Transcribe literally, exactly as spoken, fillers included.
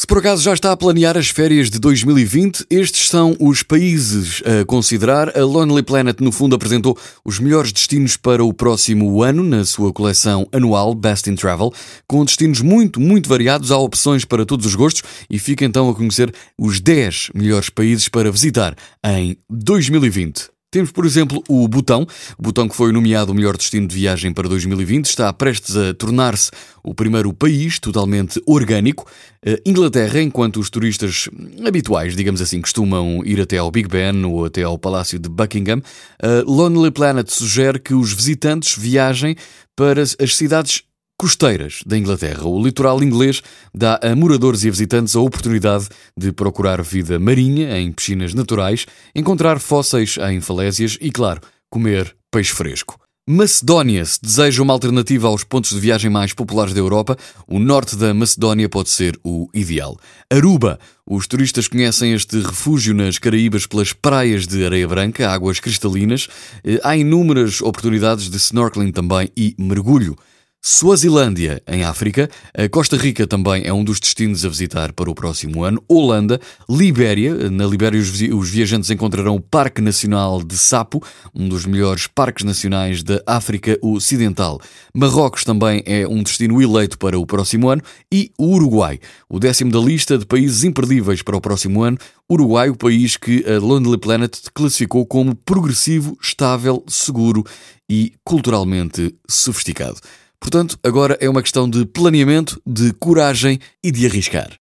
por acaso já está a planear as férias de dois mil e vinte, estes são os países a considerar. A Lonely Planet, no fundo, apresentou os melhores destinos para o próximo ano na sua coleção anual Best in Travel, com destinos muito, muito variados. Há opções para todos os gostos e fica então a conhecer os dez melhores países para visitar em dois mil e vinte. Temos, por exemplo, o Butão. O Butão, que foi nomeado o melhor destino de viagem para dois mil e vinte, está prestes a tornar-se o primeiro país totalmente orgânico. A Inglaterra, enquanto os turistas habituais, digamos assim, costumam ir até ao Big Ben ou até ao Palácio de Buckingham, a Lonely Planet sugere que os visitantes viajem para as cidades costeiras da Inglaterra. O litoral inglês dá a moradores e a visitantes a oportunidade de procurar vida marinha em piscinas naturais, encontrar fósseis em falésias e, claro, comer peixe fresco. Macedónia, se deseja uma alternativa aos pontos de viagem mais populares da Europa, o norte da Macedónia pode ser o ideal. Aruba. Os turistas conhecem este refúgio nas Caraíbas pelas praias de areia branca, águas cristalinas. Há inúmeras oportunidades de snorkeling também e mergulho. Suazilândia, em África. A Costa Rica também é um dos destinos a visitar para o próximo ano. Holanda. Libéria. Na Libéria os, vi- os viajantes encontrarão o Parque Nacional de Sapo, um dos melhores parques nacionais da África Ocidental. Marrocos também é um destino eleito para o próximo ano. E o Uruguai, o décimo da lista de países imperdíveis para o próximo ano. Uruguai, o país que a Lonely Planet classificou como progressivo, estável, seguro e culturalmente sofisticado. Portanto, agora é uma questão de planeamento, de coragem e de arriscar.